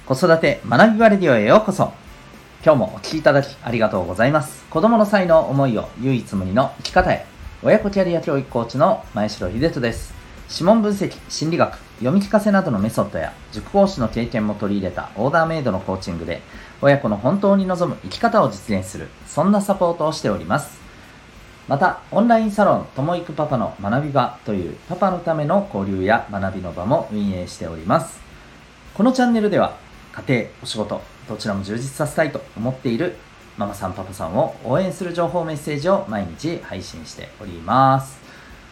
子育て学びバレディオへようこそ。今日もお聞きいただきありがとうございます。子供の才能思いを唯一無二の生き方へ、親子キャリア教育コーチの前城秀人です。指紋分析、心理学、読み聞かせなどのメソッドや塾講師の経験も取り入れたオーダーメイドのコーチングで、親子の本当に望む生き方を実現する、そんなサポートをしております。また、オンラインサロンともいくパパの学び場というパパのための交流や学びの場も運営しております。このチャンネルでは、家庭、お仕事、どちらも充実させたいと思っているママさんパパさんを応援する情報メッセージを毎日配信しております。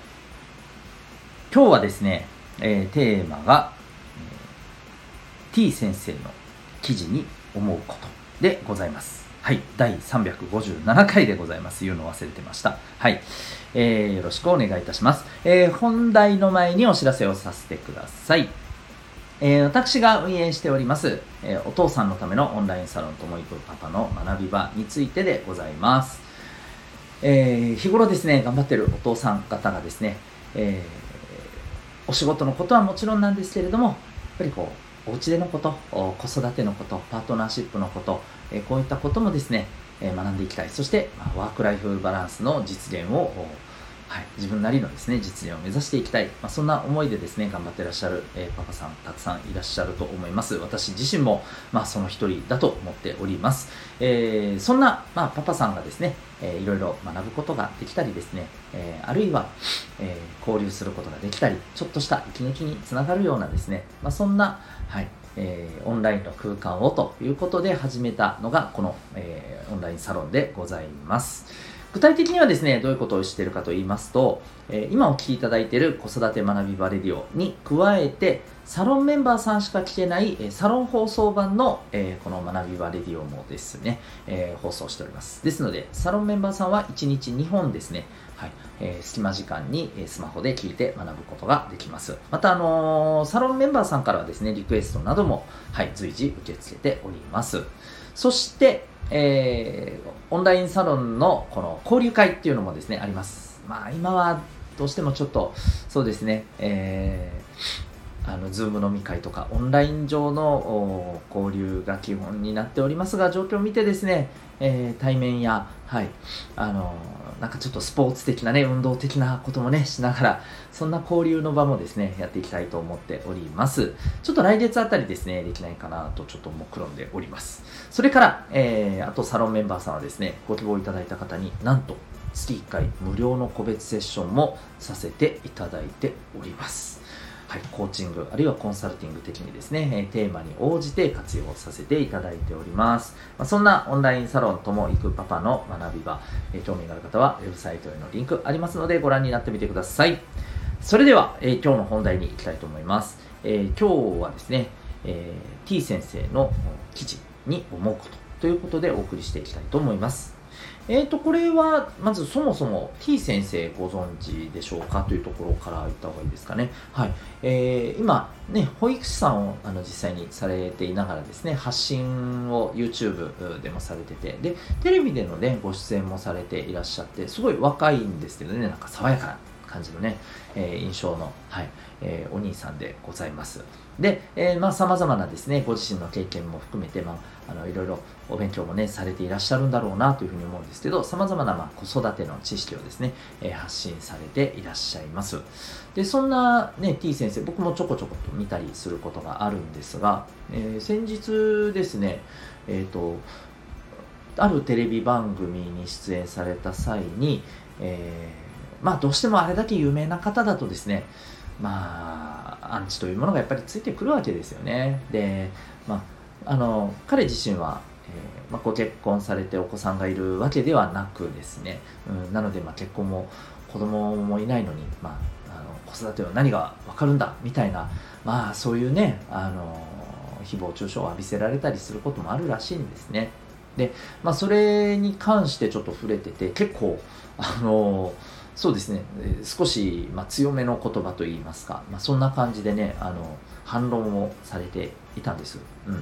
今日はですね、テーマが、T 先生の記事に思うことでございます。はい、第357回でございます。言うの忘れてました。はい、よろしくお願いいたします。本題の前にお知らせをさせてください。私が運営しております、お父さんのためのオンラインサロンともいくパパの学び場についてでございます。日頃ですね、頑張っているお父さん方がですね、お仕事のことはもちろんなんですけれども、やっぱりお家でのこと、子育てのこと、パートナーシップのこと、こういったこともですね、学んでいきたい。そして、ワークライフバランスの実現を自分なりのですね、実現を目指していきたい。そんな思いでですね、頑張っていらっしゃる、パパさん、たくさんいらっしゃると思います。私自身も、その一人だと思っております。そんな、パパさんがですね、いろいろ学ぶことができたりですね、あるいは、交流することができたり、ちょっとした息抜きにつながるようなですね、そんな、オンラインの空間をということで始めたのが、この、オンラインサロンでございます。具体的にはですね、どういうことをしているかと言いますと、今お聞きいただいている子育て学びバレディオに加えて、サロンメンバーさんしか聞けないサロン放送版のこの学びバレディオもですね、放送しております。ですので、サロンメンバーさんは1日2本ですね、隙間時間にスマホで聞いて学ぶことができます。また、サロンメンバーさんからはですね、リクエストなども、随時受け付けております。そして、オンラインサロンのこの交流会っていうのもですね、あります。今はどうしてもちょっと、そうですね、ズーム飲み会とかオンライン上の交流が基本になっておりますが、状況を見てですね、対面や、なんかちょっとスポーツ的なね、運動的なこともね、しながら、そんな交流の場もですね、やっていきたいと思っております。ちょっと来月あたりですね、できないかなとちょっと目論んでおります。それから、あとサロンメンバーさんはですね、ご希望いただいた方になんと月1回無料の個別セッションもさせていただいております。コーチングあるいはコンサルティング的にですね、テーマに応じて活用させていただいております。そんなオンラインサロンともいくパパの学び場、興味がある方はウェブサイトへのリンクありますのでご覧になってみてください。それでは、今日の本題に行きたいと思います。今日はですね、T 先生の記事に思うことということでお送りしていきたいと思います。これは、まずそもそも T 先生ご存知でしょうかというところから言った方がいいですかね。今、ね、保育士さんを実際にされていながらですね、発信を YouTube でもされてて、で、テレビでのね、ご出演もされていらっしゃって、すごい若いんですけどね、なんか爽やかな感じのね、印象の、お兄さんでございます。で、様々なですね、ご自身の経験も含めて、いろいろお勉強もね、されていらっしゃるんだろうなというふうに思うんですけど、様々な子育ての知識をですね、発信されていらっしゃいます。で、そんなね、T 先生、僕もちょこちょこと見たりすることがあるんですが、先日ですね、あるテレビ番組に出演された際に、どうしてもあれだけ有名な方だとですね、アンチというものがやっぱりついてくるわけですよね。で、彼自身は、ご結婚されてお子さんがいるわけではなくですね、なので結婚も子供もいないのに、子育ては何がわかるんだみたいな、そういうね、誹謗中傷を浴びせられたりすることもあるらしいんですね。で、それに関してちょっと触れてて、結構そうですね、少し、強めの言葉といいますか、そんな感じでね、反論をされていたんです。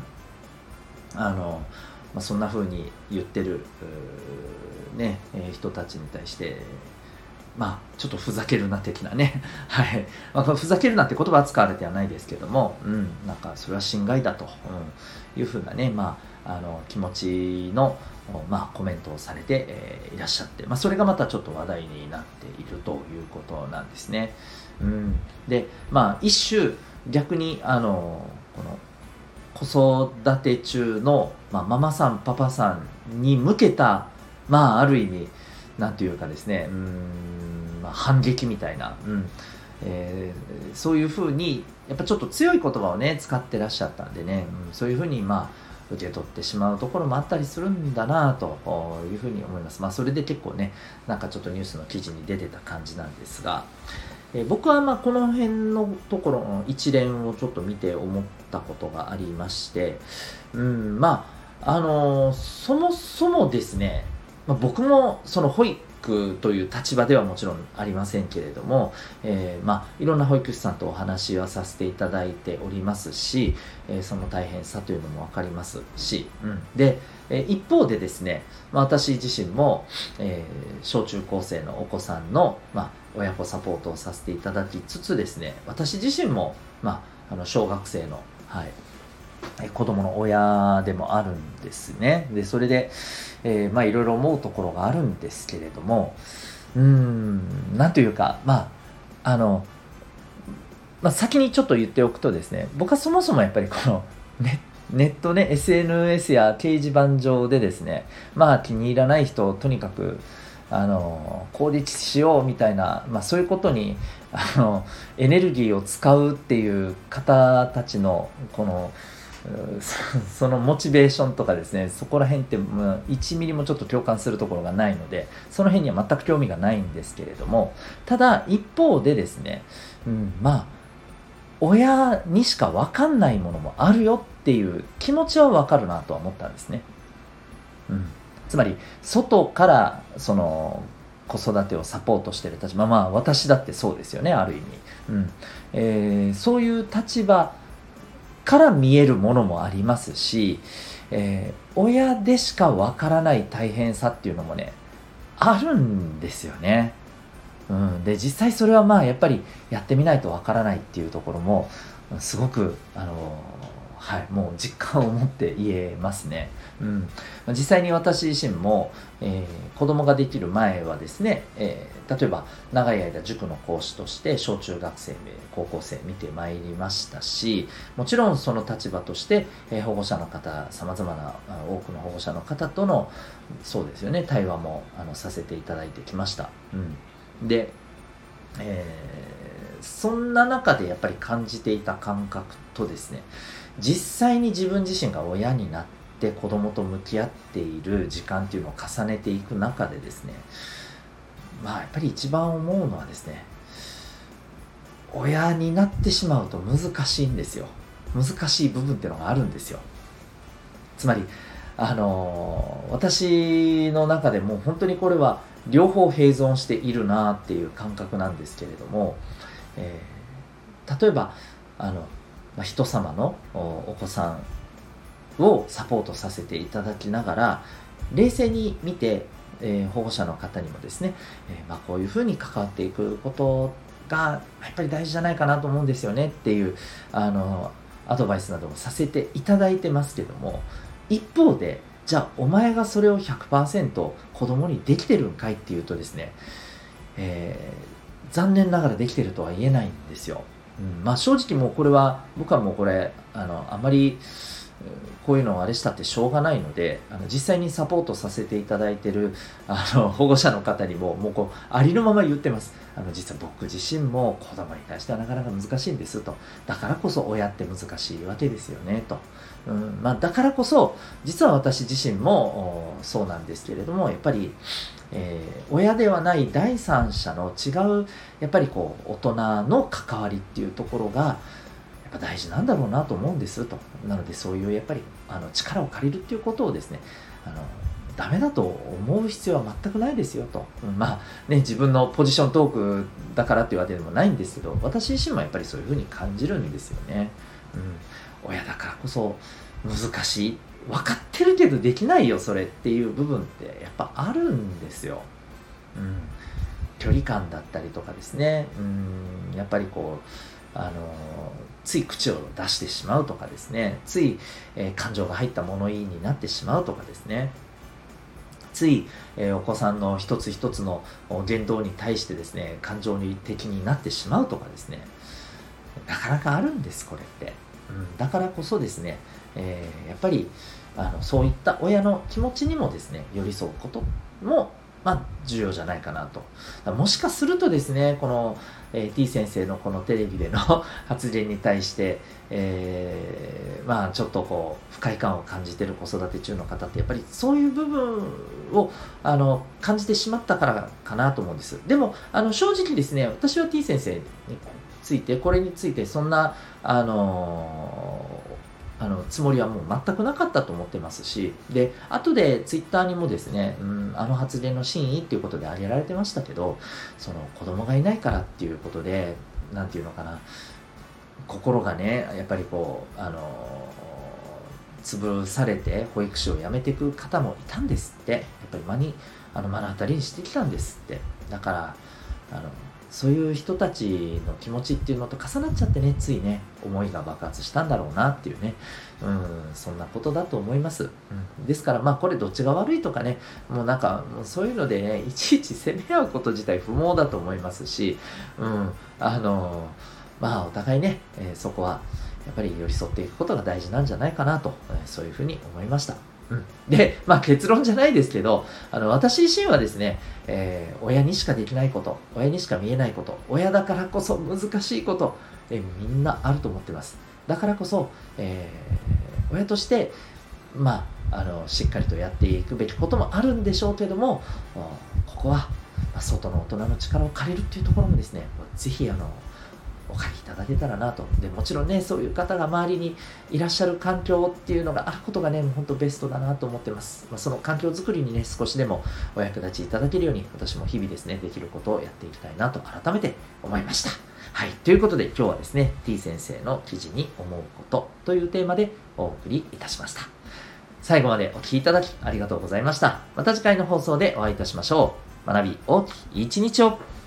そんな風に言ってる、人たちに対して、 ちょっとふざけるな的なねはい、ふざけるなって言葉は使われてはないですけども、なんかそれは侵害だと、いうふうなね、気持ちの、コメントをされて、いらっしゃって、それがまたちょっと話題になっているということなんですね。で、一種逆にこの子育て中の、ママさんパパさんに向けた、ある意味なんていうかですね、反撃みたいな、そういうふうにやっぱちょっと強い言葉をね使ってらっしゃったんでね、そういうふうに受け取ってしまうところもあったりするんだなというふうに思います。それで結構ねなんかちょっとニュースの記事に出てた感じなんですが、僕はこの辺のところの一連をちょっと見て思ったことがありまして、そもそもですね、僕もその保育という立場ではもちろんありませんけれども、いろんな保育士さんとお話はさせていただいておりますし、その大変さというのも分かりますし、で、一方でですね、私自身も、小中高生のお子さんの、親子サポートをさせていただきつつですね、私自身も、小学生の、子供の親でもあるんですね。でそれで、いろいろ思うところがあるんですけれども、なんというか先にちょっと言っておくとですね、僕はそもそもやっぱりこのネットね SNS や掲示板上でですね、気に入らない人をとにかく攻撃しようみたいな、そういうことにエネルギーを使うっていう方たちのこのそのモチベーションとかですね、そこら辺って1ミリもちょっと共感するところがないので、その辺には全く興味がないんですけれども、ただ一方でですね、親にしか分かんないものもあるよっていう気持ちは分かるなとは思ったんですね。つまり外からその子育てをサポートしている立場、私だってそうですよね、ある意味、そういう立場から見えるものもありますし、親でしかわからない大変さっていうのもねあるんですよね。で実際それはやっぱりやってみないとわからないっていうところもすごくもう実感を持って言えますね。実際に私自身も、子供ができる前はですね、例えば長い間塾の講師として小中学生高校生見てまいりましたし、もちろんその立場として、保護者の方、さまざまな多くの保護者の方とのそうですよね対話もさせていただいてきました。で、そんな中でやっぱり感じていた感覚とですね、実際に自分自身が親になって子供と向き合っている時間っていうのを重ねていく中でですね、やっぱり一番思うのはですね、親になってしまうと難しいんですよ。難しい部分っていうのがあるんですよ。つまり私の中でも本当にこれは両方併存しているなっていう感覚なんですけれども、例えば人様のお子さんをサポートさせていただきながら冷静に見て、保護者の方にもですね、こういうふうに関わっていくことがやっぱり大事じゃないかなと思うんですよねっていうアドバイスなどもさせていただいてますけども、一方でじゃあお前がそれを 100% 子供にできてるんかいっていうとですね、残念ながらできてるとは言えないんですよ。正直もうこれは僕はもうこれあまりこういうのをあれしたってしょうがないので、実際にサポートさせていただいている保護者の方にももうありのまま言ってます。実は僕自身も子供に対してはなかなか難しいんですと。だからこそ親って難しいわけですよねと。だからこそ実は私自身もそうなんですけれども、やっぱり、親ではない第三者の違うやっぱり大人の関わりっていうところがやっぱ大事なんだろうなと思うんですと。なのでそういうやっぱり力を借りるっていうことをですねダメだと思う必要は全くないですよと。自分のポジショントークだからっていうわけでもないんですけど、私自身もやっぱりそういうふうに感じるんですよね。親だからこそ難しい、分かってるけどできないよそれっていう部分ってやっぱあるんですよ。 距離感だったりとかですね、やっぱりつい口を出してしまうとかですね、つい、感情が入った物言いになってしまうとかですね、つい、お子さんの一つ一つの言動に対してですね、感情的になってしまうとかですね、なかなかあるんです、これって。だからこそですね、やっぱりそういった親の気持ちにもですね、寄り添うことも重要じゃないかなと。もしかするとですね、この、T 先生のこのテレビでの発言に対して、ちょっと不快感を感じている子育て中の方って、やっぱりそういう部分を感じてしまったからかなと思うんです。でも正直ですね、私は T 先生にこれについてそんなつもりはもう全くなかったと思ってますし、で後でツイッターにもですね、発言の真意っていうことで挙げられてましたけど、その子供がいないからっていうことで、なんていうのかな、心がね、やっぱり潰されて保育士を辞めていく方もいたんですって。やっぱり目の当たりにしてきたんですって。だからそういう人たちの気持ちっていうのと重なっちゃってね、ついね、思いが爆発したんだろうなっていうね、そんなことだと思います。ですから、これどっちが悪いとかね、もうそういうのでね、いちいち責め合うこと自体不毛だと思いますし、お互いね、そこはやっぱり寄り添っていくことが大事なんじゃないかなと、そういうふうに思いました。で、結論じゃないですけど、私自身はですね、親にしかできないこと、親にしか見えないこと、親だからこそ難しいこと、みんなあると思ってます。だからこそ、親として、しっかりとやっていくべきこともあるんでしょうけども、ここは、外の大人の力を借りるっていうところもですね、ぜひお借りいただけたらなと。でもちろんね、そういう方が周りにいらっしゃる環境っていうのがあることがね、本当ベストだなと思ってます。その環境づくりにね、少しでもお役立ちいただけるように、私も日々ですね、できることをやっていきたいなと改めて思いました。はい、ということで今日はですね、T 先生の記事に思うことというテーマでお送りいたしました。最後までお聞きいただきありがとうございました。また次回の放送でお会いいたしましょう。学び大きい一日を。